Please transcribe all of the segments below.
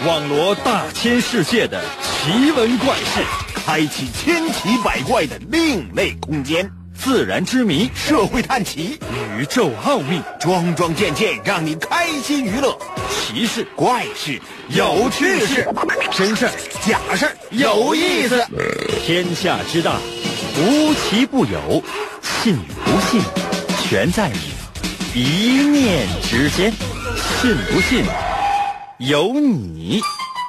网罗大千世界的奇闻怪事， 开启千奇百怪的另类空间， 自然之谜， 社会探奇， 宇宙奥秘， 桩桩件件让你开心娱乐， 奇事怪事有趣事， 真事假事有意思。 天下之大，无奇不有，信与不信全在你一念之间，信不信由你。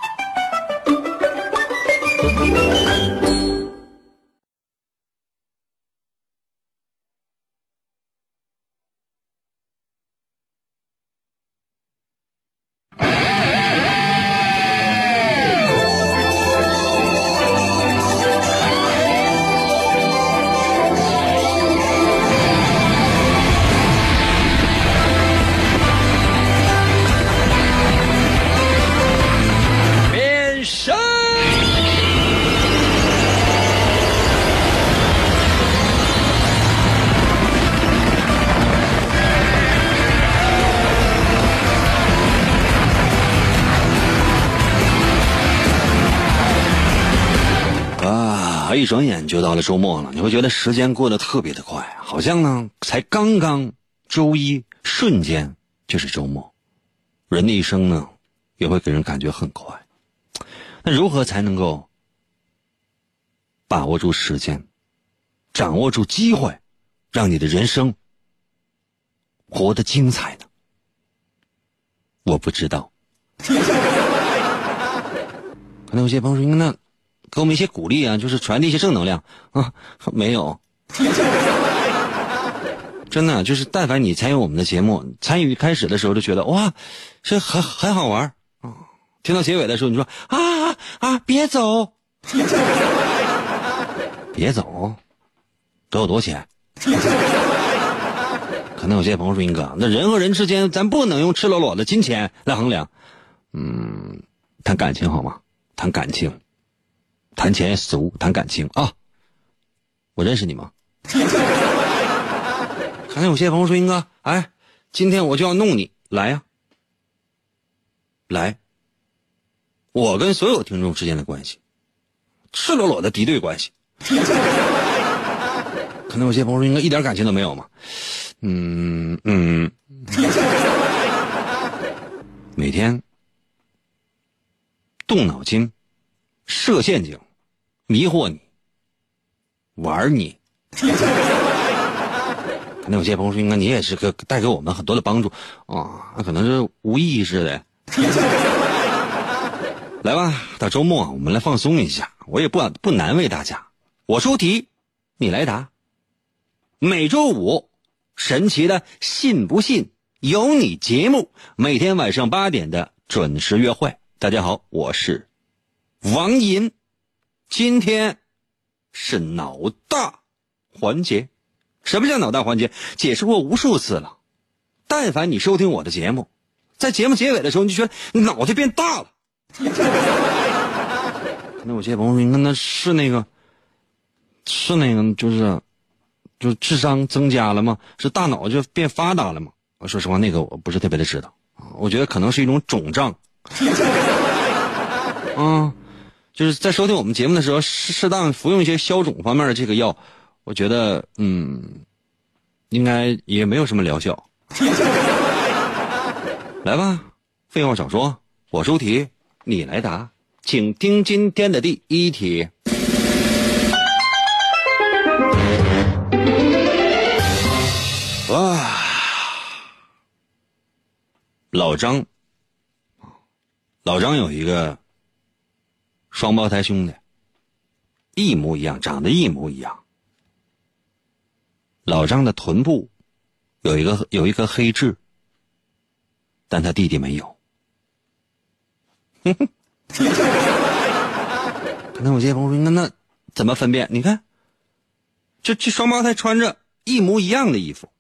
一转眼就到了周末了，你会觉得时间过得特别的快，好像呢才刚刚周一，瞬间就是周末。人的一生呢也会给人感觉很快。那如何才能够把握住时间，掌握住机会，让你的人生活得精彩呢？我不知道。可能有些朋友说，那给我们一些鼓励啊，就是传递一些正能量啊，没有。真的就是但凡你参与我们的节目，参与开始的时候就觉得哇，这很好玩啊，听到结尾的时候你说别走。别走，给我多少钱？可能有些朋友说，英哥，那人和人之间咱不能用赤裸裸的金钱来衡量。谈感情好吗？谈感情，谈钱俗，谈感情啊！我认识你吗？可能有些朋友说，英哥，哎，今天我就要弄你，来呀，来！我跟所有听众之间的关系，赤裸裸的敌对关系。可能有些朋友说，应该一点感情都没有吗？每天动脑筋，设陷阱，迷惑你，玩你。可能有些朋友说，应该你也是带给我们很多的帮助啊，那可能是无意识的。来吧，到周末我们来放松一下，我也不难为大家。我出题，你来答。每周五，神奇的信不信由你节目，每天晚上8点的准时约会。大家好，我是王银，今天是脑大环节。什么叫脑大环节？解释过无数次了。但凡你收听我的节目，在节目结尾的时候，你就觉得你脑袋变大了。那有些朋友说，那是那个，就是智商增加了吗？是大脑就变发达了吗？说实话，那个我不是特别的知道。我觉得可能是一种肿胀。就是在收听我们节目的时候，适当服用一些消肿方面的这个药，我觉得应该也没有什么疗效。来吧，废话少说，我出题，你来答，请听今天的第一题。老张有一个双胞胎兄弟，一模一样，长得一模一样。老张的臀部有一颗黑痣，但他弟弟没有。可能有些朋友说，那怎么分辨？你看，这双胞胎穿着一模一样的衣服，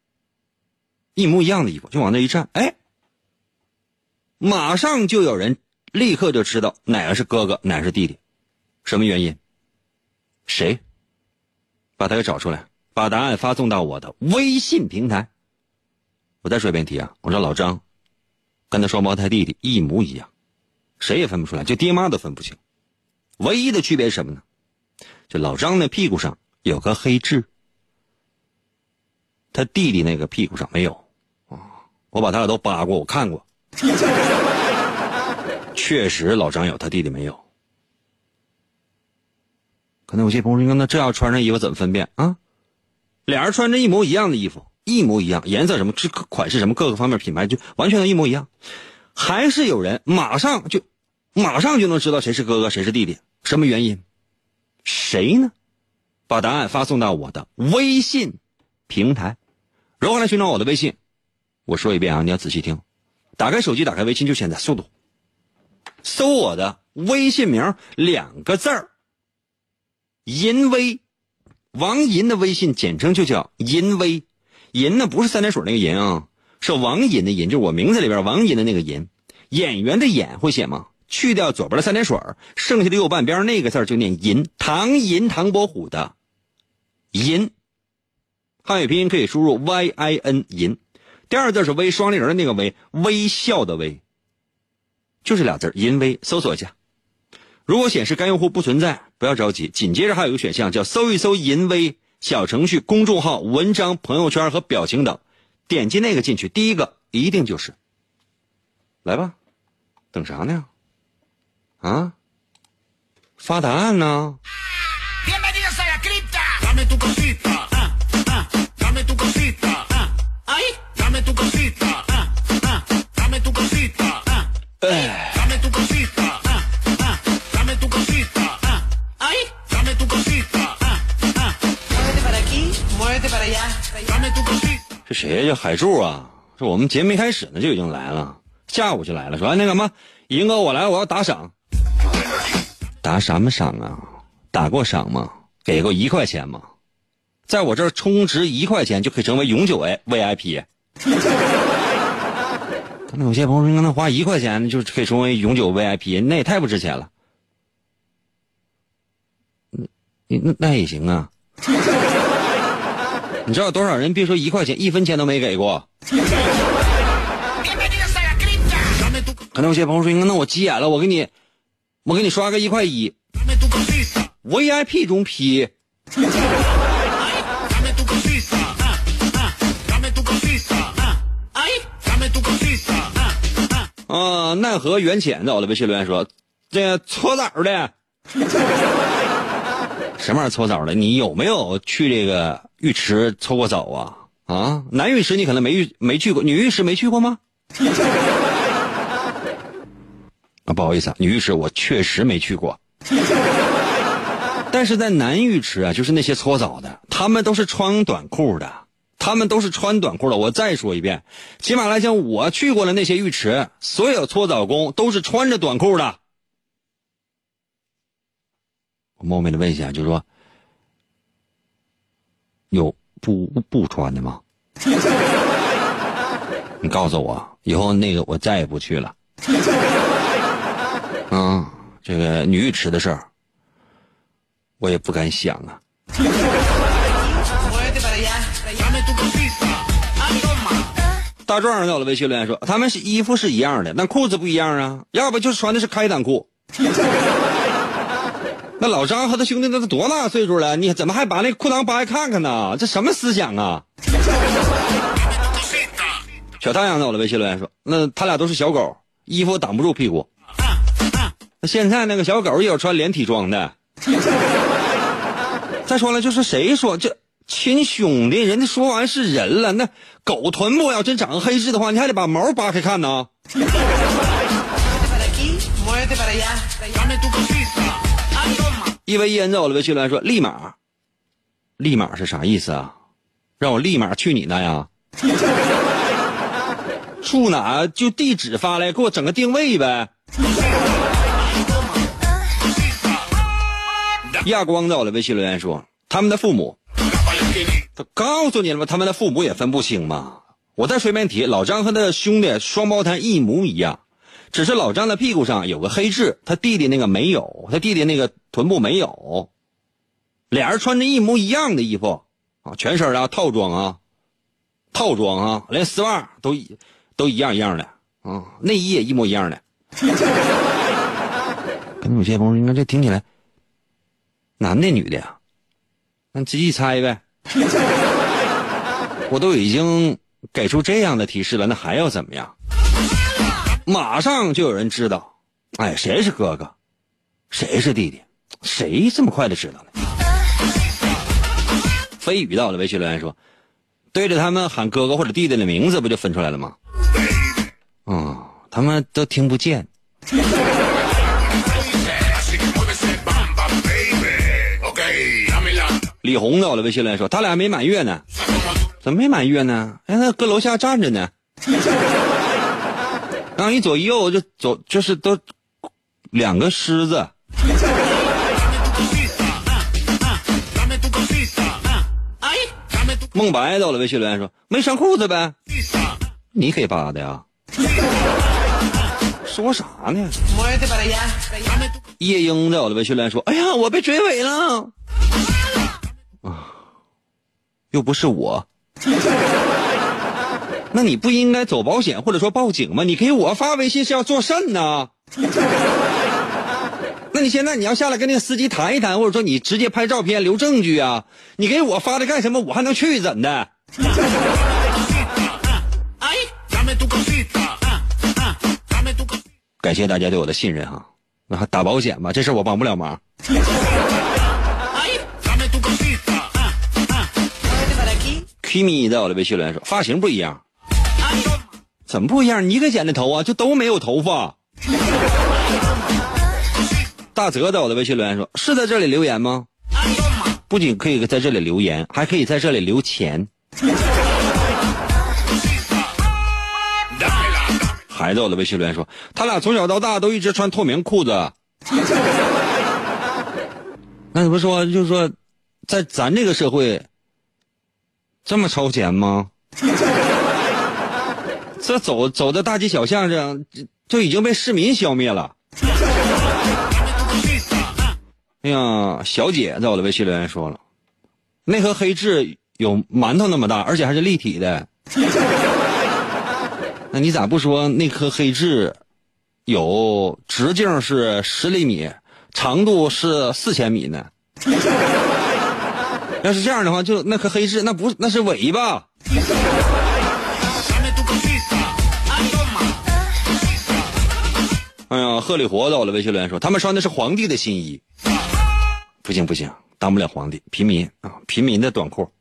就往那一站，哎，马上就有人立刻就知道哪个是哥哥，哪个是弟弟。什么原因？谁？把他给找出来，把答案发送到我的微信平台。我再说一遍题啊，我说老张跟他双胞胎弟弟一模一样， 谁也分不出来，就爹妈都分不清。唯一的区别是什么呢？就老张那屁股上有个黑痣，他弟弟那个屁股上没有。我把他俩都扒过，我看过，确实老张有，他弟弟没有。可能有些朋友说，那这要穿上衣服怎么分辨啊？俩人穿着一模一样的衣服，一模一样，颜色什么、款式什么，各个方面品牌就完全都一模一样，还是有人马上就能知道谁是哥哥谁是弟弟。什么原因？谁呢？把答案发送到我的微信平台，如何来寻找我的微信？我说一遍啊，你要仔细听。打开手机，打开微信，就现在，速度，搜我的微信名2个字儿，银威，王银的微信简称就叫银威。银呢不是3点水那个银啊，是王银的银，就是我名字里边王银的那个银。演员的演会写吗？去掉左边的3点水，剩下的右半边那个字就念银。唐银，唐伯虎的银，汉语拼音可以输入 YIN 银。第二字是微，双立人的那个微，微笑的微，就是俩字银微，搜索一下。如果显示该用户不存在，不要着急，紧接着还有一个选项叫搜一搜银微小程序、公众号、文章、朋友圈和表情等，点击那个进去，第一个一定就是。来吧，等啥呢？啊，发答案呢？这谁叫海柱啊？这我们节目没开始呢就已经来了，下午就来了，说那个什么，银哥我来，我要打赏。打什么赏啊？打过赏吗？给过1块钱吗？在我这儿充值1块钱就可以成为永久 VIP。那有些朋友说，那花1块钱就可以成为永久 VIP， 那也太不值钱了。那也行啊。你知道多少人别说1块钱，1分钱都没给过。可能有些朋友说，那我急眼了，我给你刷个1块1 VIP 中 P。奈何缘浅在我的微信留言说，这搓澡的。什么玩意儿搓澡的？你有没有去这个浴池搓过澡啊？啊，男浴池你可能没去过，女浴池没去过吗？啊，不好意思啊，女浴池我确实没去过。但是在男浴池啊，就是那些搓澡的，他们都是穿短裤的。我再说一遍，起码来讲，我去过的那些浴池，所有搓澡工都是穿着短裤的。我冒昧的问一下，就是说，有不穿的吗？你告诉我，以后那个我再也不去了。这个女浴池的事儿，我也不敢想啊。大壮在我的微信留言说，他们是衣服是一样的，但裤子不一样啊，要不就是穿的是开裆裤。那老张和他兄弟那都多大岁数了，你怎么还把那裤裆扒开看看呢？这什么思想啊？小太阳在我的微信留言说，那他俩都是小狗，衣服挡不住屁股。那现在那个小狗也有穿连体装的。再说了，就是谁说这亲兄弟，人家说完是人了，那狗臀部要真长个黑痣的话，你还得把毛扒开看呢。1v1在我的微信留言说，立马是啥意思啊？让我立马去你那呀？住哪就地址发来，给我整个定位呗。亚光在我的微信留言说，他们的父母，他告诉你了吗？他们的父母也分不清吗？我再说一遍题，老张和他的兄弟双胞胎一模一样，只是老张的屁股上有个黑痣，他弟弟那个没有，他弟弟那个臀部没有。俩人穿着一模一样的衣服啊，全身啊套装啊，连丝袜都一样的啊，内衣也一模一样的。 可能有些朋友应该这听起来男的女的呀，那自己猜呗。我都已经给出这样的提示了，那还要怎么样？马上就有人知道，哎，谁是哥哥，谁是弟弟，谁这么快的知道呢？飞宇到了微信留言说，对着他们喊哥哥或者弟弟的名字，不就分出来了吗？他们都听不见。李红到了微信留言说，他俩没满月呢。怎么没满月呢？哎，他搁楼下站着呢。然后一左一右就走，就是都两个狮子。梦白到了微信留言说，没穿裤子呗。你给扒的呀？说啥呢？夜莺在我的微信留言说，哎呀，我被追尾了。又不是我。那你不应该走保险或者说报警吗？你给我发微信是要做甚呢？那你现在你要下来跟那个司机谈一谈，或者说你直接拍照片留证据啊？你给我发的干什么？我还能去怎的？感谢大家对我的信任哈，那还打保险吧，这事我帮不了忙。Kimi 在我的微信留言说，发型不一样。怎么不一样？你给剪的头啊，就都没有头发。大泽在我的微信留言说，是在这里留言吗？不仅可以在这里留言，还可以在这里留钱。孩子，我的微信留言说，他俩从小到大都一直穿透明裤子。那怎么说？就是说，在咱这个社会，这么超前吗？这走的大街小巷上，就已经被市民消灭了。哎呀，小姐在我的微信留言说了，那盒黑痣有馒头那么大，而且还是立体的。那你咋不说那颗黑痣有直径是10厘米，长度是4000米呢？要是这样的话，就那颗黑痣那是尾巴。哎呀，鹤里活到了微信留言说，他们穿的是皇帝的新衣。不行，当不了皇帝，平民啊，平民的短裤。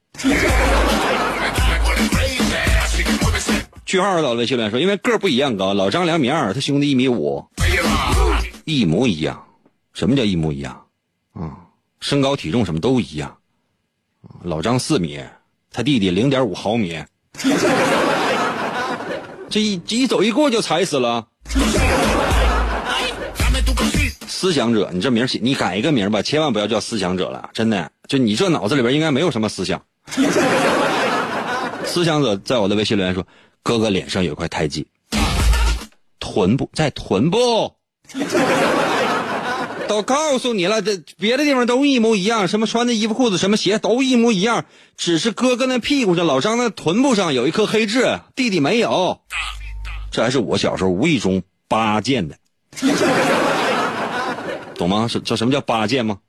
句号到了微信留言说，因为个儿不一样高，老张2.2米，他兄弟1.5米，一模一样。什么叫一模一样？身高体重什么都一样。老张4米，他弟弟0.5毫米。这一走一过就踩死了。思想者，你这名起，你改一个名吧，千万不要叫思想者了，真的，就你这脑子里边应该没有什么思想。思想者在我的微信留言说，哥哥脸上有块胎记，臀部都告诉你了，这别的地方都一模一样，什么穿的衣服裤子什么鞋都一模一样，只是哥哥那屁股上老张那臀部上有一颗黑痣，弟弟没有。这还是我小时候无意中扒见的。懂吗？这什么叫扒见吗？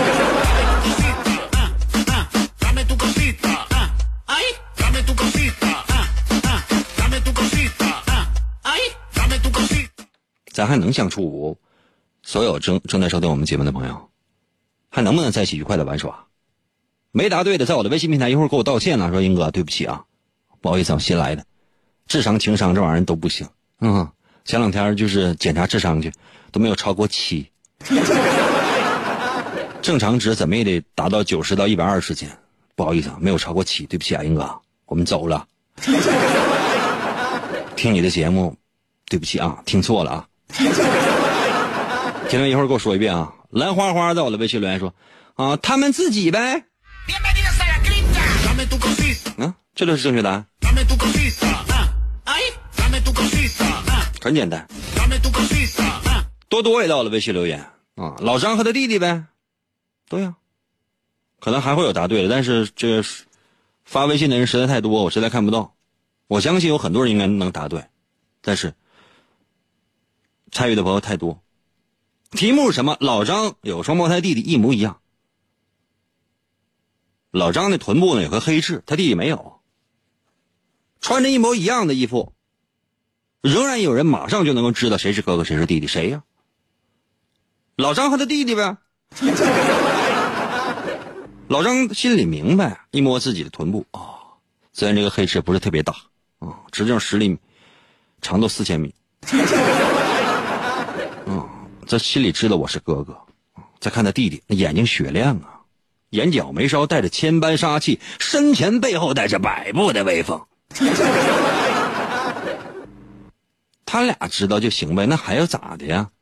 咱还能相处不？所有正在收听我们节目的朋友，还能不能在一起愉快的玩耍？没答对的，在我的微信平台一会儿给我道歉了，说英哥对不起啊，不好意思，我新来的，智商情商这玩意儿都不行。前2天就是检查智商去，都没有超过7。正常值怎么也得达到90到120之间，不好意思啊，没有超过7，对不起啊，英哥，我们走了。听你的节目，对不起啊，听错了啊。听完一会儿给我说一遍啊。蓝花花在我的微信留言说啊，他们自己呗。这就是正确答案。很简单。多多也到了微信留言啊，老张和他弟弟呗。对呀，可能还会有答对的，但是这发微信的人实在太多，我实在看不到。我相信有很多人应该能答对，但是参与的朋友太多。 题目是什么？老张有双胞胎弟弟一模一样。老张的臀部呢有个黑痣，他弟弟没有。穿着一模一样的衣服，仍然有人马上就能够知道谁是哥哥谁是弟弟。谁呀？老张和他弟弟呗。老张心里明白，一摸自己的臀部啊，虽然这个黑痣不是特别大啊，直径10厘米，长度4000米。这心里知道我是哥哥。再看他弟弟，那眼睛雪亮啊，眼角眉梢带着千般杀气，身前背后带着百步的威风。他俩知道就行呗，那还要咋的呀？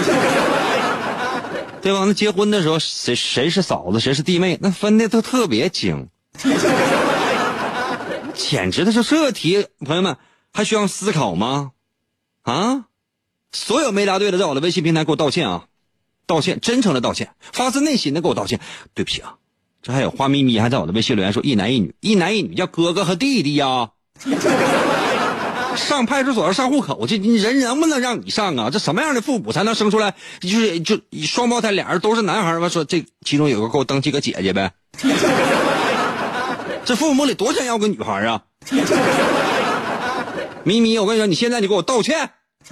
对吧？那结婚的时候谁是嫂子谁是弟妹，那分的都特别精。简直的是这题，朋友们还需要思考吗？啊，所有没答对的在我的微信平台给我道歉啊，道歉，真诚的道歉，发自内心的给我道歉，对不起啊。这还有花咪咪还在我的微信留言说一男一女，一男一女叫哥哥和弟弟呀。上派出所上户口去，你人能不能让你上啊？这什么样的父母才能生出来就双胞胎俩人都是男孩吧？说这其中有个给我登记个姐姐呗。这父母里多想要个女孩啊。咪咪，我跟你说，你现在你给我道歉。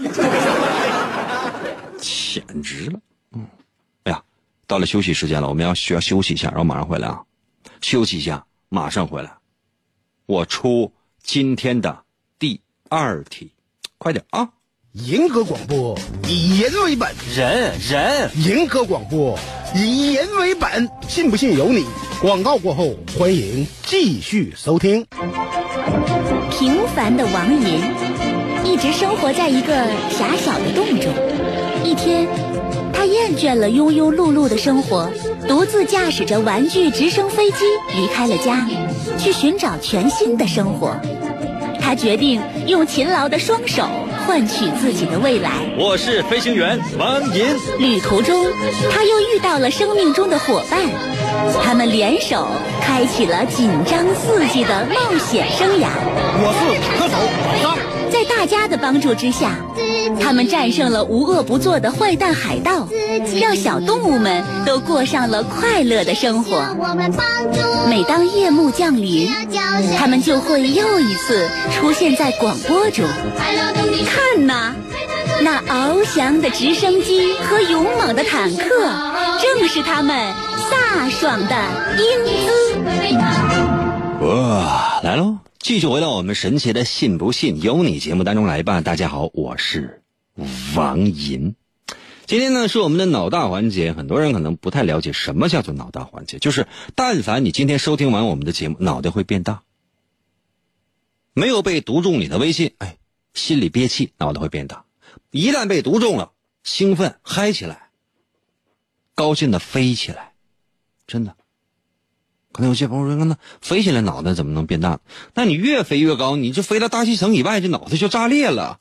简直了。哎呀，到了休息时间了，我们需要休息一下，然后马上回来啊。休息一下，马上回来。我出今天的第2题，快点啊！ 银河广播以人为本， 人银河广播以人为本，信不信由你。广告过后，欢迎继续收听。 平凡的王银一直生活在一个狭小的洞中。一天，他厌倦了庸庸碌碌的生活，独自驾驶着玩具直升飞机离开了家，去寻找全新的生活。他决定用勤劳的双手换取自己的未来。 我是飞行员王银。 旅途中，他又遇到了生命中的伙伴，他们联手开启了紧张刺激的冒险生涯。 我是歌手老张。 在大家的帮助之下，他们战胜了无恶不作的坏蛋海盗，让小动物们都过上了快乐的生活。每当夜幕降临，他们就会又一次出现在广播中。看呐，那翱翔的直升机和勇猛的坦克，正是他们飒爽的英姿。 哇，来喽！继续回到我们神奇的信不信由你节目当中来吧。大家好，我是王银。今天呢是我们的脑大环节，很多人可能不太了解什么叫做脑大环节，就是但凡你今天收听完我们的节目，脑袋会变大。没有被读中你的微信，心里憋气，脑袋会变大。一旦被读中了，兴奋嗨起来，高兴的飞起来，真的。可能有些朋友说，那飞起来脑袋怎么能变大？那你越飞越高，你就飞到大气层以外，这脑袋就炸裂了。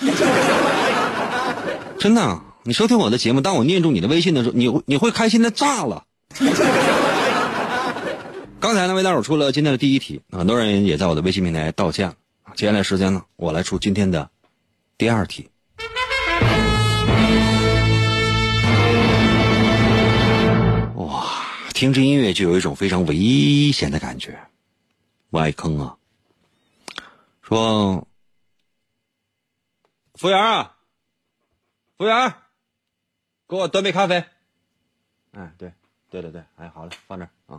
真的，你收听我的节目，当我念中你的微信的时候，你会开心的炸了。刚才呢为大伙出了今天的第1题，很多人也在我的微信平台道歉了。接下来时间呢，我来出今天的第2题。哇，听着音乐就有一种非常危险的感觉，挖坑啊！说，服务员啊，服务员，给我端杯咖啡。对，好了，放这儿啊。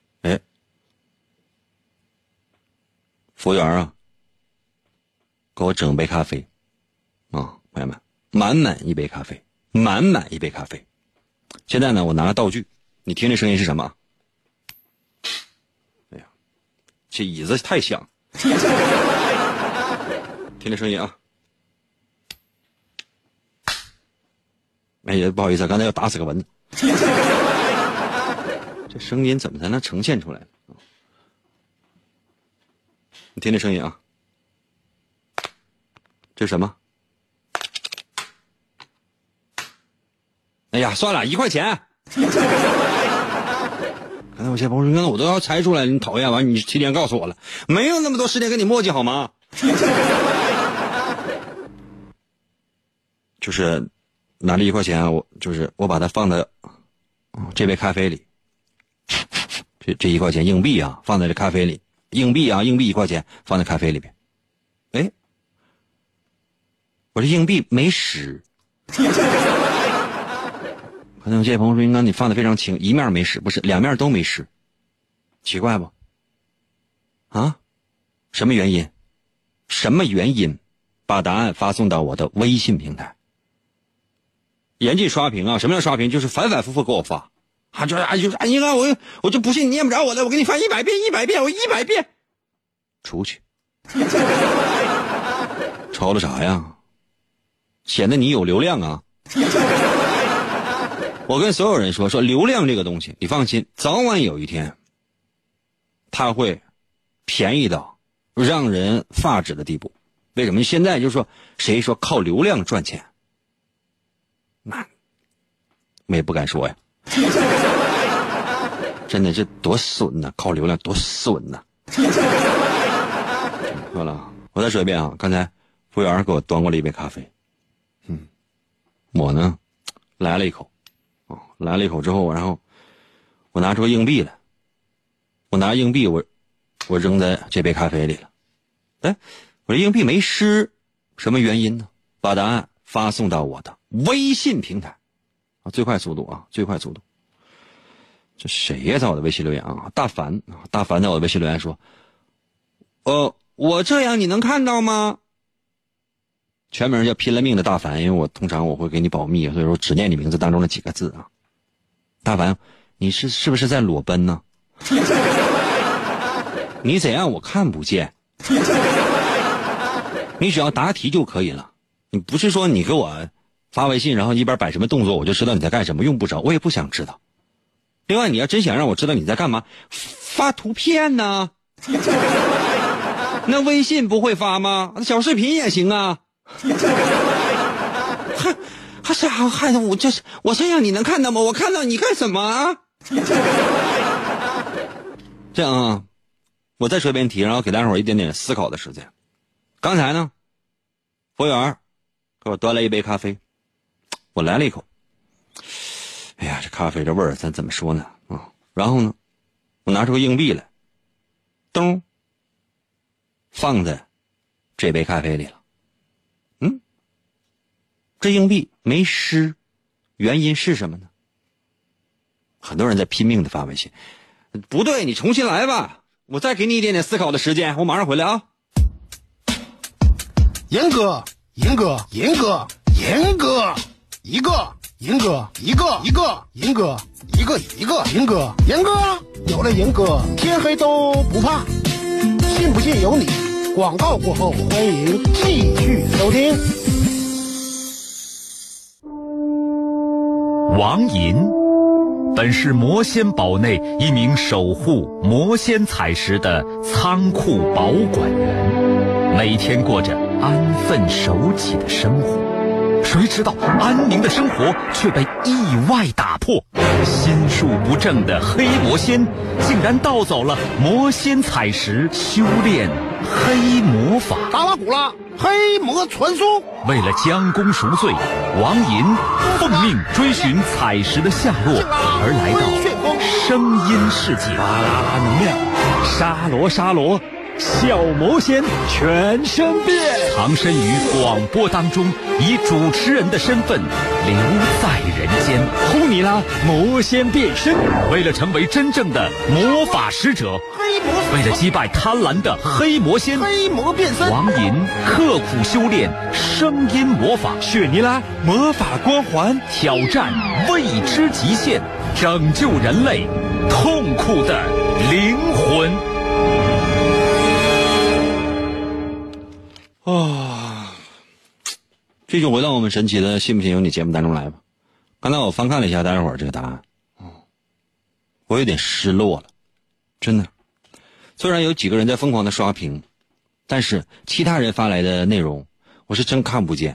服务员啊，给我整杯咖啡啊，朋友们，满满一杯咖啡。现在呢，我拿了道具，你听这声音是什么？哎呀，这椅子太响。听这声音啊！哎呀，不好意思，刚才要打死个蚊子。这声音怎么才能呈现出来？你听这声音啊！这是什么？哎呀，算了，1块钱。刚才有些朋友说，我都要猜出来，你讨厌完，你提前告诉我了，没有那么多时间跟你磨叽好吗？就是拿了1块钱，我把它放在这杯咖啡里，这1块钱硬币啊，放在这咖啡里，硬币1块钱放在咖啡里边。哎，我这硬币没湿。可能有些朋友说，应该你放的非常轻，一面没湿，不是2面都没湿，奇怪不？啊，什么原因？把答案发送到我的微信平台。严禁刷屏啊！什么叫刷屏？就是反反复复给我发，应该我就不信你念不着我的，我给你翻100遍，我100遍。出去，吵了啥呀？显得你有流量啊！我跟所有人说流量这个东西，你放心，早晚有一天，它会便宜到让人发指的地步。为什么？现在就是说，谁说靠流量赚钱？那我也不敢说呀。真的这多损呐，靠流量多损呐。好了，我再说一遍啊，刚才服务员给我端过了一杯咖啡，我呢来了一口，之后，然后我拿出个硬币来，我拿硬币我扔在这杯咖啡里了。哎，我这硬币没湿，什么原因呢？把答案发送到我的微信平台啊，最快速度。这谁呀？在我的微信留言啊，大凡在我的微信留言说，我这样你能看到吗？全名叫拼了命的大凡，因为我通常我会给你保密，所以说只念你名字当中的几个字啊。大凡，你是不是在裸奔呢？你怎样我看不见？你只要答题就可以了，你不是说你给我发微信然后一边摆什么动作我就知道你在干什么，用不着，我也不想知道。另外你要真想让我知道你在干嘛，发图片呢？那微信不会发吗？小视频也行啊。还我这样你能看到吗？我看到你干什么啊？这样啊，我再说一遍题，然后给大伙儿一点点思考的时间。刚才呢，服务员给我端来一杯咖啡，我来了一口，哎呀，这咖啡这味儿咱怎么说呢啊？然后呢，我拿出个硬币来，咚，放在这杯咖啡里了。这硬币没湿，原因是什么呢？很多人在拼命的发微信，不对，你重新来吧，我再给你一点点思考的时间，我马上回来啊。 严哥，一个严哥，严哥，有了严哥，天黑都不怕，信不信由你。广告过后，欢迎继续收听。 王银本是魔仙堡内一名守护魔仙彩石的仓库保管员，每天过着安分守己的生活。谁知道安宁的生活却被意外打破，心术不正的黑魔仙竟然盗走了魔仙彩石，修炼黑魔法。 达拉古拉黑魔传送。 为了将功赎罪，王银奉命追寻彩石的下落，而来到声音世界。 巴啦啦能量，沙罗，小魔仙全身变， 藏身于广播当中，以主持人的身份留在人间。 呼尼拉魔仙变身， 为了成为真正的魔法使者，为了击败贪婪的黑魔仙， 黑魔变身， 王银刻苦修炼声音魔法。 雪尼拉魔法光环， 挑战未知极限，拯救人类痛苦的灵魂。 这就回到我们神奇的信不信由你节目当中来吧。刚才我翻看了一下大家伙这个答案，我有点失落了，真的。虽然有几个人在疯狂的刷屏，但是其他人发来的内容我是真看不见。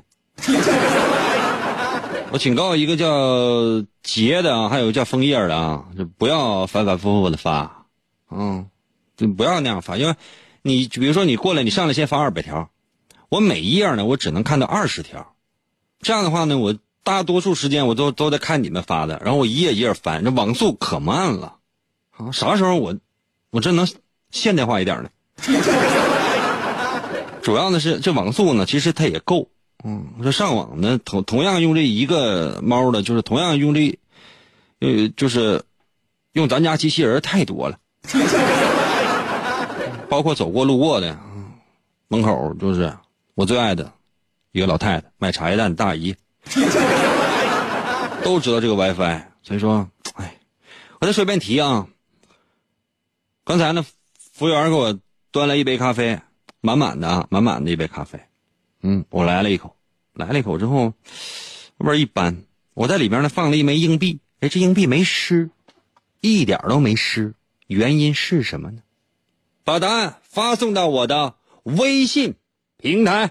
我警告一个叫杰的啊，还有叫枫叶的啊，就不要反反复复的发，就不要那样发，因为你比如说你过来，你上来先发200条，我每一页呢我只能看到20条，这样的话呢我大多数时间我都在看你们发的，然后我一页一页翻，这网速可慢了啊！啥时候我真能现代化一点呢？主要的是这网速呢，其实它也够。这上网呢，同样用这一个猫的，就是同样用这，就是用咱家机器人太多了，包括走过路过的，门口就是我最爱的一个老太太卖茶叶蛋的大姨，都知道这个 WiFi， 所以说，我再说一遍题啊。刚才呢，服务员给我端来一杯咖啡，满满的一杯咖啡。我来了一口之后，味儿一般。我在里边呢放了一枚硬币，这硬币没湿，一点都没湿，原因是什么呢？把答案发送到我的微信平台。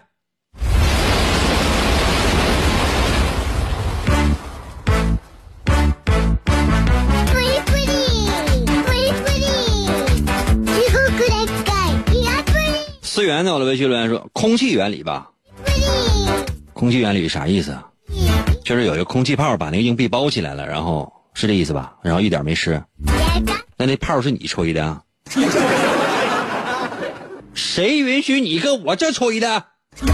思源在我的微信留言说，空气原理吧。空气原理啥意思啊？就是有一个空气泡把那个硬币包起来了，然后是这意思吧？然后一点没湿。那泡是你吹的啊？谁允许你跟我这吹的？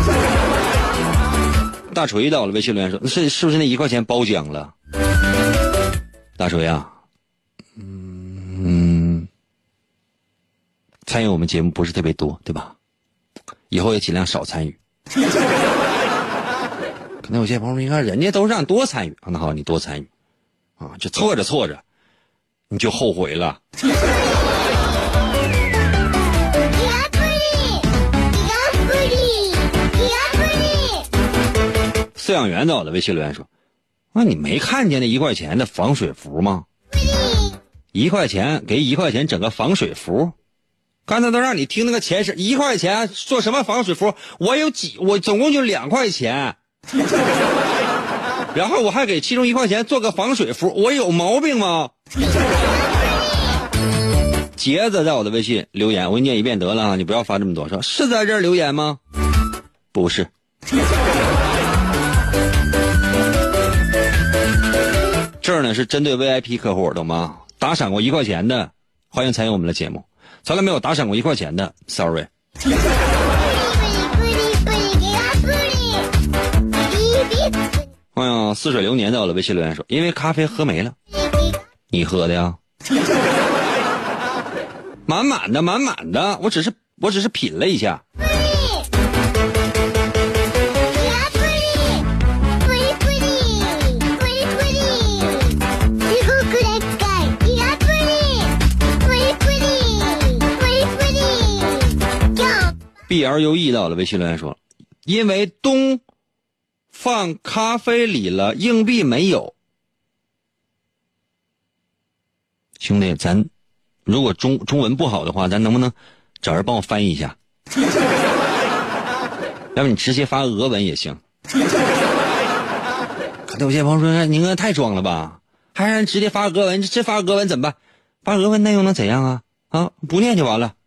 大锤到了微信留言说，是不是那1块钱包浆了？大锤啊，参与我们节目不是特别多，对吧？以后也尽量少参与。可能有些朋友说，你看人家都让多参与，那好，你多参与啊，就错着你就后悔了。饲养员在我的微信留言说，那你没看见那1块钱的防水服吗？1块钱给1块钱整个防水服，刚才都让你听那个钱是1块钱做什么防水服？我总共就2块钱，然后我还给其中1块钱做个防水服，我有毛病吗？杰子在我的微信留言，我给你念一遍得了，你不要发这么多。说是在这儿留言吗？不是。这儿呢是针对 VIP 客户，懂吗？打赏过1块钱的，欢迎参与我们的节目。从来没有打赏过1块钱的 ，sorry。似水流年在我的微信留言说，因为咖啡喝没了。你喝的呀？满满的，我只是品了一下。BLUE 到了微信留言说，因为东放咖啡里了，硬币没有。兄弟，咱如果中文不好的话，咱能不能找人帮我翻译一下？要不你直接发俄文也行。可能有些朋友说，您太装了吧，还让人直接发俄文，这发俄文怎么办？发俄文那又能怎样啊？啊，不念就完了。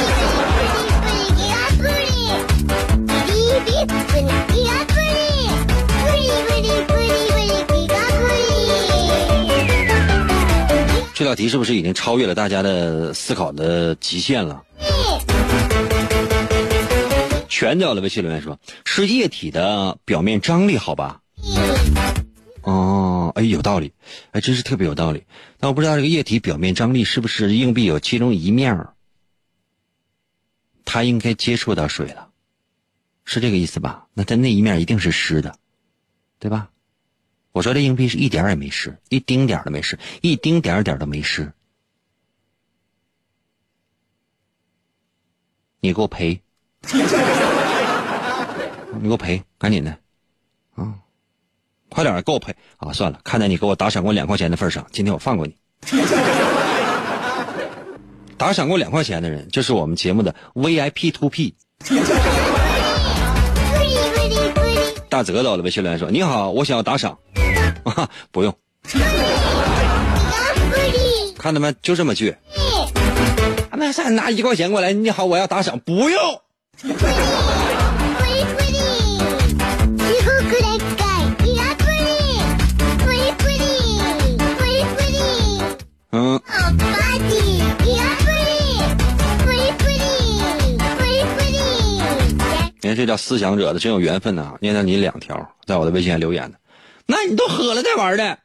这道题是不是已经超越了大家的思考的极限了？全在我的微信留言说，是液体的表面张力，好吧？哦，有道理，真是特别有道理。但我不知道这个液体表面张力是不是硬币有其中一面它应该接触到水了，是这个意思吧？那它那一面一定是湿的，对吧？我说这硬币是一点也没湿，一丁点都没湿，一丁点都没湿。你给我赔，你给我赔，赶紧的啊！快点给我赔啊！算了，看在你给我打赏过2块钱的份上，今天我放过你。打赏过2块钱的人，就是我们节目的 VIP to P。大泽到了微信留言说，你好，我想要打赏。不用。看他们就这么倔。那啥，拿1块钱过来，你好，我要打赏。不用。 这叫思想者的真有缘分啊！念到你2条，在我的微信上留言的，那你都喝了再玩的。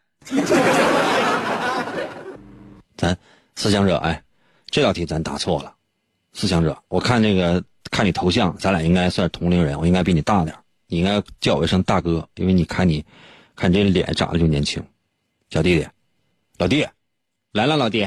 咱思想者，哎，这道题咱答错了。思想者，我看看你头像，咱俩应该算同龄人，我应该比你大点，你应该叫我一声大哥，因为你看这脸长得就年轻。小弟弟，老弟，来了，老弟。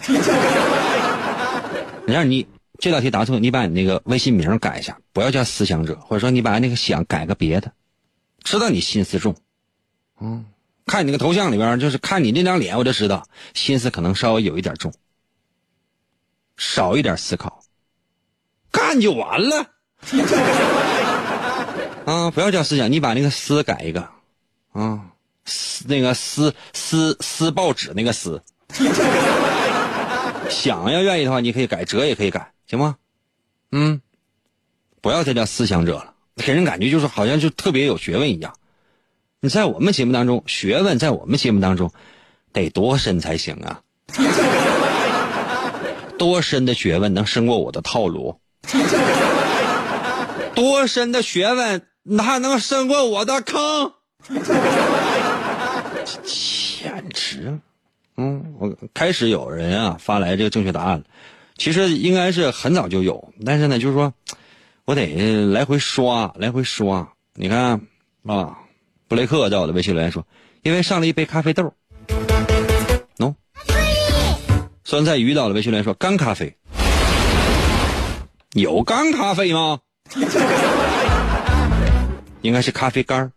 让你这道题答错，你把你那个微信名改一下，不要叫思想者，或者说你把那个想改个别的，知道你心思重。看你那个头像里边，就是看你那张脸，我就知道心思可能稍微有一点重，少一点思考，干就完了。不要叫思想，你把那个思改一个那个撕报纸那个撕。想要愿意的话，你可以改，折也可以改，行吗？不要再叫思想者了，给人感觉就是好像就特别有学问一样。你在我们节目当中，学问在我们节目当中得多深才行啊？多深的学问能胜过我的套路？多深的学问哪能胜过我的坑？简直！我开始有人发来这个正确答案，其实应该是很早就有，但是呢，就是说我得来回刷。你看布雷克在我的微信留言说，因为上了一杯咖啡豆。酸菜鱼到了微信留言说，干咖啡。有干咖啡吗？应该是咖啡干。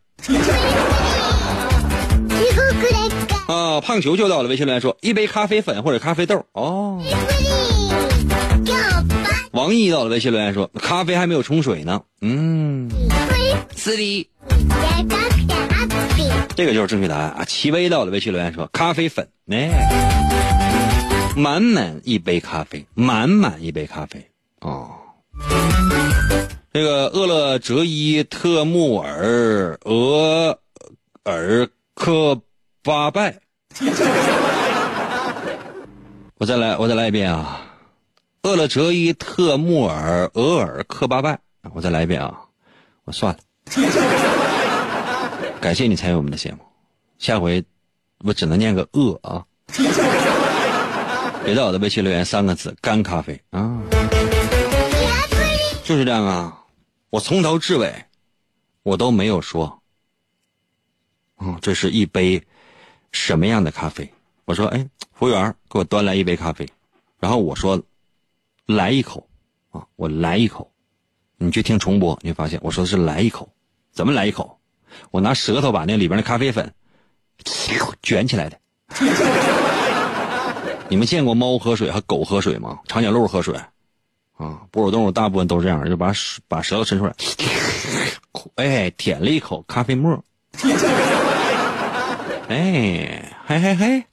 胖球就到了微信留言说，一杯咖啡粉或者咖啡豆。王毅到了微信留言说，咖啡还没有冲水呢。是的，这个就是正确答案啊！齐威到了微信留言说，咖啡粉。满满一杯咖啡。这个饿了哲伊特木尔额尔科巴拜。我再来一遍啊！饿了哲伊特木尔额尔科巴拜。我再来一遍啊！我算了。感谢你参与我们的节目，下回我只能念个饿啊！别在我的微信留言3个字，干咖啡啊！就是这样啊！我从头至尾我都没有说这是一杯什么样的咖啡。我说服务员给我端来一杯咖啡，然后我说来一口我来一口，你去听重播你会发现我说的是来一口。怎么来一口？我拿舌头把那里边的咖啡粉卷起来的。你们见过猫喝水和狗喝水吗？长颈鹿喝水哺乳动物大部分都这样，就把舌头伸出来，舔了一口咖啡沫。嘿，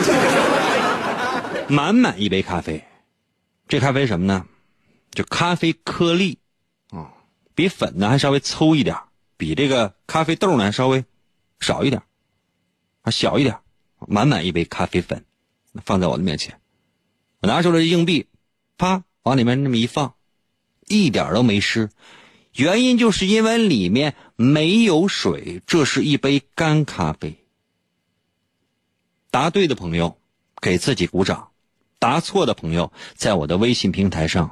满满一杯咖啡。这咖啡什么呢？就咖啡颗粒比粉呢还稍微粗一点，比这个咖啡豆呢还稍微少一点，还小一点。满满一杯咖啡粉放在我的面前，我拿出了硬币，啪往里面那么一放，一点都没湿。原因就是因为里面没有水，这是一杯干咖啡。答对的朋友给自己鼓掌，答错的朋友在我的微信平台上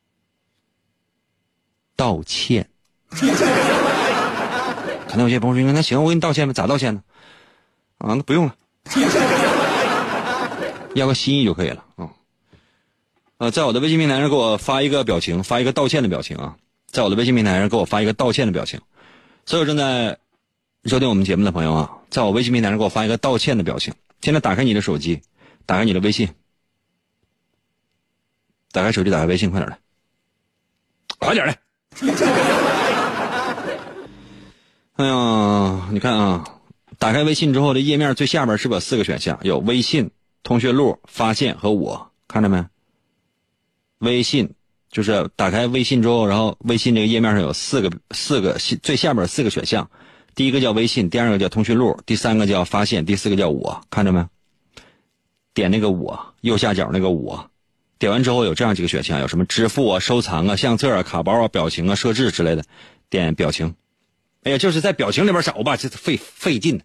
道歉。可能有些朋友说，那行我给你道歉吧，咋道歉呢？那不用了，要个心意就可以了在我的微信平台上给我发一个表情，发一个道歉的表情在我的微信平台上给我发一个道歉的表情。所有正在收听我们节目的朋友在我微信平台上给我发一个道歉的表情。现在打开你的手机，打开你的微信，打开手机，打开微信，快点来，快点来。你看打开微信之后的页面最下边是不是有4个选项？有微信、通讯录、发现和我，看着没？微信就是打开微信之后，然后微信这个页面上有四个最下边4个选项，第一个叫微信，第2个叫通讯录，第3个叫发现，第4个叫我，看着没？点那个我，右下角那个我，点完之后有这样几个选项，有什么支付收藏相册卡包表情设置之类的。 点表情。哎呀，就是在表情里边找吧，这费劲。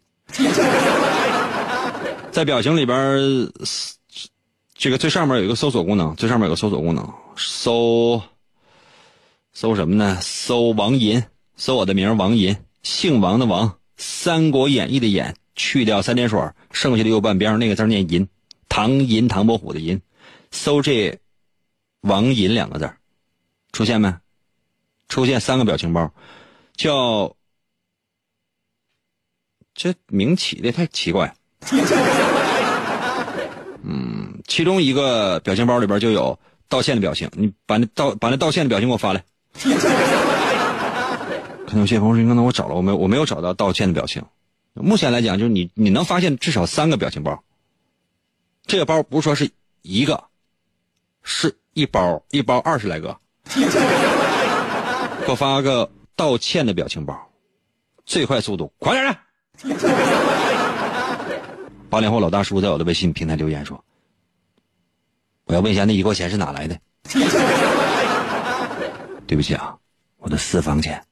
在表情里边，这个最上面有一个搜索功能，搜什么呢？搜王银，搜我的名王银，姓王的王，三国演义的演，去掉三点水，剩下的右半边那个字念银，唐伯虎的银，搜这王银2个字，出现没？出现3个表情包，叫这名起的太奇怪。其中一个表情包里边就有道歉的表情，你把那道歉的表情给我发来。可能有些朋友说，刚才我找了，我没有找到道歉的表情。目前来讲，就是你能发现至少3个表情包。这个包不是说是一个，是一包20来个。给我发个道歉的表情包，最快速度，快点的。80后老大叔在我的微信平台留言说，我要问一下那1块钱是哪来的？对不起啊，我的私房钱，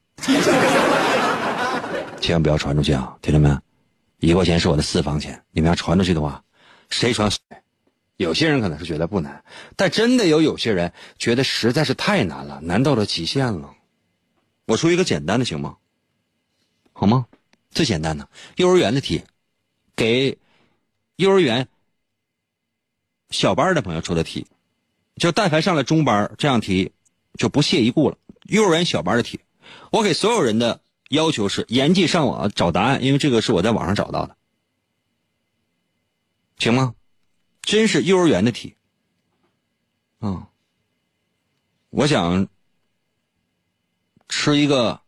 千万不要传出去啊，听见没？1块钱是我的私房钱，你们要传出去的话，谁传？有些人可能是觉得不难，但真的有些人觉得实在是太难了，难到了极限了。我出一个简单的行吗？好吗？最简单的幼儿园的题，给幼儿园小班的朋友出的题，就但凡上了中班，这样题就不屑一顾了。幼儿园小班的题，我给所有人的要求是严禁上网找答案，因为这个是我在网上找到的，行吗？真是幼儿园的题。我想吃一个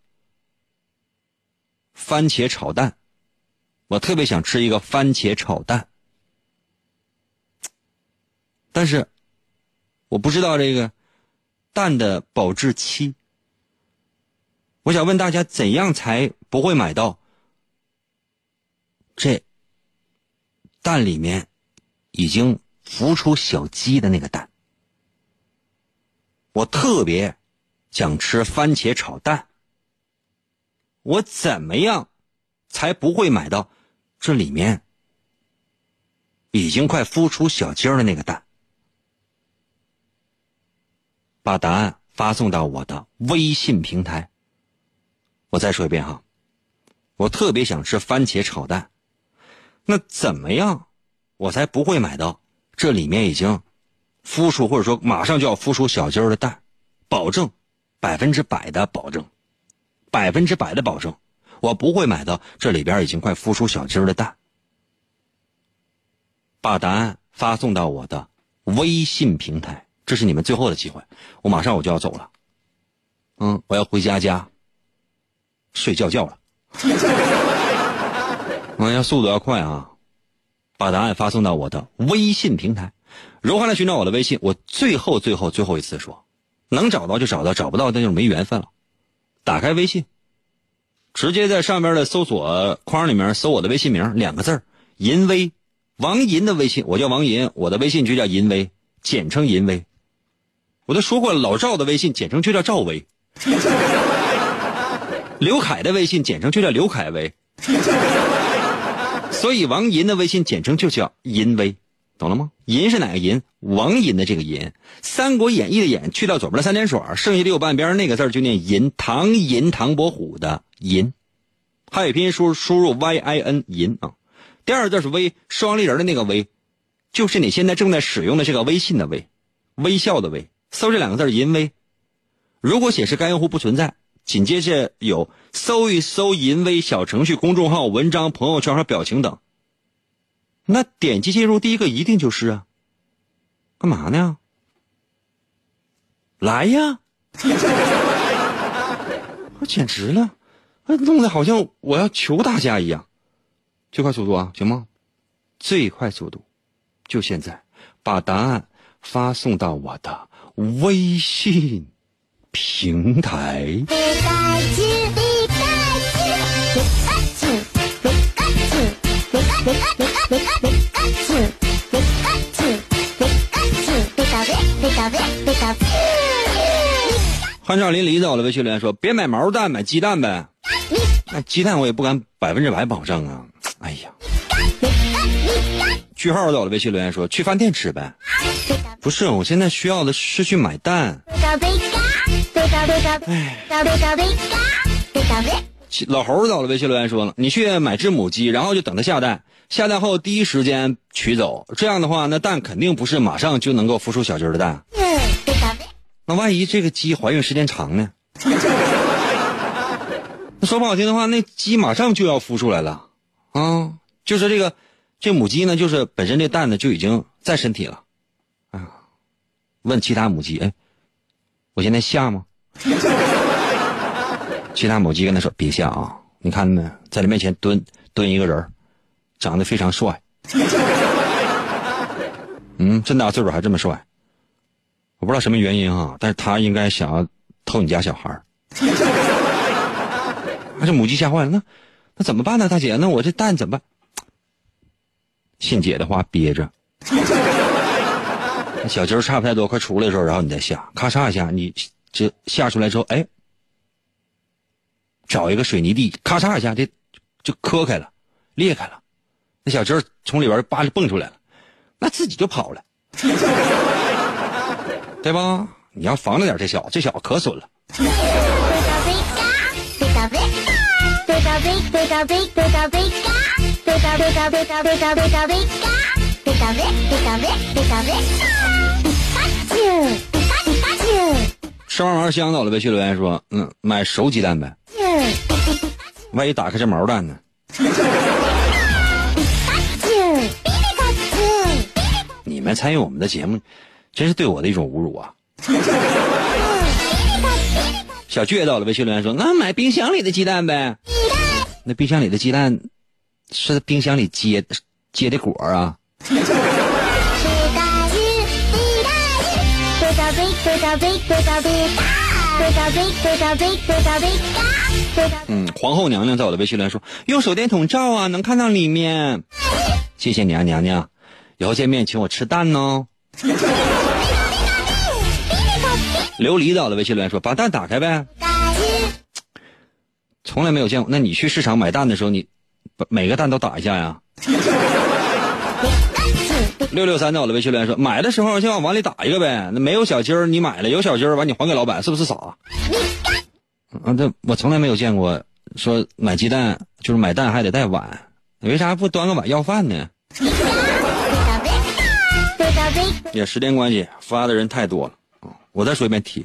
番茄炒蛋，我特别想吃一个番茄炒蛋，但是我不知道这个蛋的保质期。我想问大家，怎样才不会买到这蛋里面已经孵出小鸡的那个蛋？我特别想吃番茄炒蛋，我怎么样才不会买到这里面已经快孵出小鸡儿的那个蛋？把答案发送到我的微信平台。我再说一遍哈，我特别想吃番茄炒蛋，那怎么样我才不会买到这里面已经孵出或者说马上就要孵出小鸡儿的蛋？保证100%的保证，100%的保证，我不会买到这里边已经快孵出小鸡儿的蛋。把答案发送到我的微信平台，这是你们最后的机会，我马上就要走了。我要回家睡觉了。要速度要快啊！把答案发送到我的微信平台，如何来寻找我的微信？我最后一次说，能找到就找到，找不到那就是没缘分了。打开微信，直接在上面的搜索框里面搜我的微信名2个字，银威，王银的微信，我叫王银，我的微信就叫银威，简称银威。我都说过了，老赵的微信简称就叫赵威。刘凯的微信简称就叫刘凯威，所以王银的微信简称就叫银威，懂了吗？银是哪个银？王银的这个银，三国演义的演去掉左边的3点水，剩下的右半边那个字就念银，唐伯虎的银，汉语拼音输入 YIN 银啊。第二个字是微，双立人的那个微，就是你现在正在使用的这个微信的微，微笑的微，搜这2个字银威。如果显示该用户不存在，紧接着有搜一搜银威小程序、公众号、文章、朋友圈和表情等，那点击进入第一个一定就是啊，干嘛呢？来呀！我简直了，弄得好像我要求大家一样。最快速度啊，行吗？最快速度就现在，把答案发送到我的微信平台。 潘少林离走了微信留言说别买毛蛋，买鸡蛋呗。那鸡蛋我也不敢100%保证啊。哎呀，句号走了微信留言说去饭店吃呗。不是，我现在需要的是去买蛋。老猴走了微信留言说了，你去买只母鸡，然后就等它下蛋，下蛋后第一时间取走，这样的话那蛋肯定不是马上就能够孵出小鸡的蛋。那万一这个鸡怀孕时间长呢？那说不好听的话，那鸡马上就要孵出来了啊！就是这母鸡呢，就是本身这蛋呢就已经在身体了啊。问其他母鸡，哎，我现在下吗？其他母鸡跟他说别下啊！你看没，在你面前蹲一个人，长得非常帅。这么大岁数还这么帅，我不知道什么原因啊，但是他应该想要偷你家小孩。这母鸡吓坏了，那怎么办呢？大姐，那我这蛋怎么办？信姐的话憋着。小鸡差不太多快出来的时候，然后你再下，咔嚓一下，你这下出来之后，哎，找一个水泥地，咔嚓一下，这就磕开了，裂开了，那小鸡从里边扒着蹦出来了，那自己就跑了，对吧？你要防着点这小子可损了。吃完玩香到了，微信留言说买熟鸡蛋呗，万一打开这毛蛋呢？你们参与我们的节目真是对我的一种侮辱啊。小倔到了，微信留言说那买冰箱里的鸡蛋呗。那冰箱里的鸡蛋是冰箱里结的果啊。皇后娘娘在我的微信留言说用手电筒照啊，能看到里面。谢谢你啊，娘娘，以后见面请我吃蛋哦。琉璃到了微信留言说把蛋打开呗。从来没有见过，那你去市场买蛋的时候，你每个蛋都打一下呀？663到了微信留言说买的时候先往里打一个呗，那没有小鸡儿你买了，有小鸡儿完你还给老板，是不是傻？这我从来没有见过说买鸡蛋就是买蛋还得带碗，你为啥不端个碗要饭呢？也时间关系发的人太多了，我再说一遍题。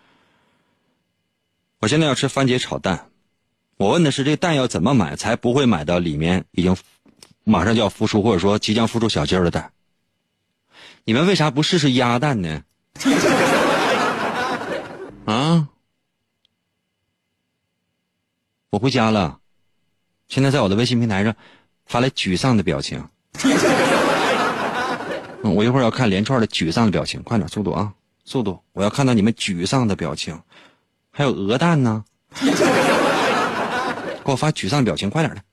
我现在要吃番茄炒蛋，我问的是这蛋要怎么买才不会买到里面已经马上就要孵出或者说即将孵出小鸡儿的蛋？你们为啥不试试鸭蛋呢？啊！我回家了，现在在我的微信平台上发来沮丧的表情。我一会儿要看连串的沮丧的表情，快点速度啊，速度！我要看到你们沮丧的表情，还有鹅蛋呢，给我发沮丧表情，快点的。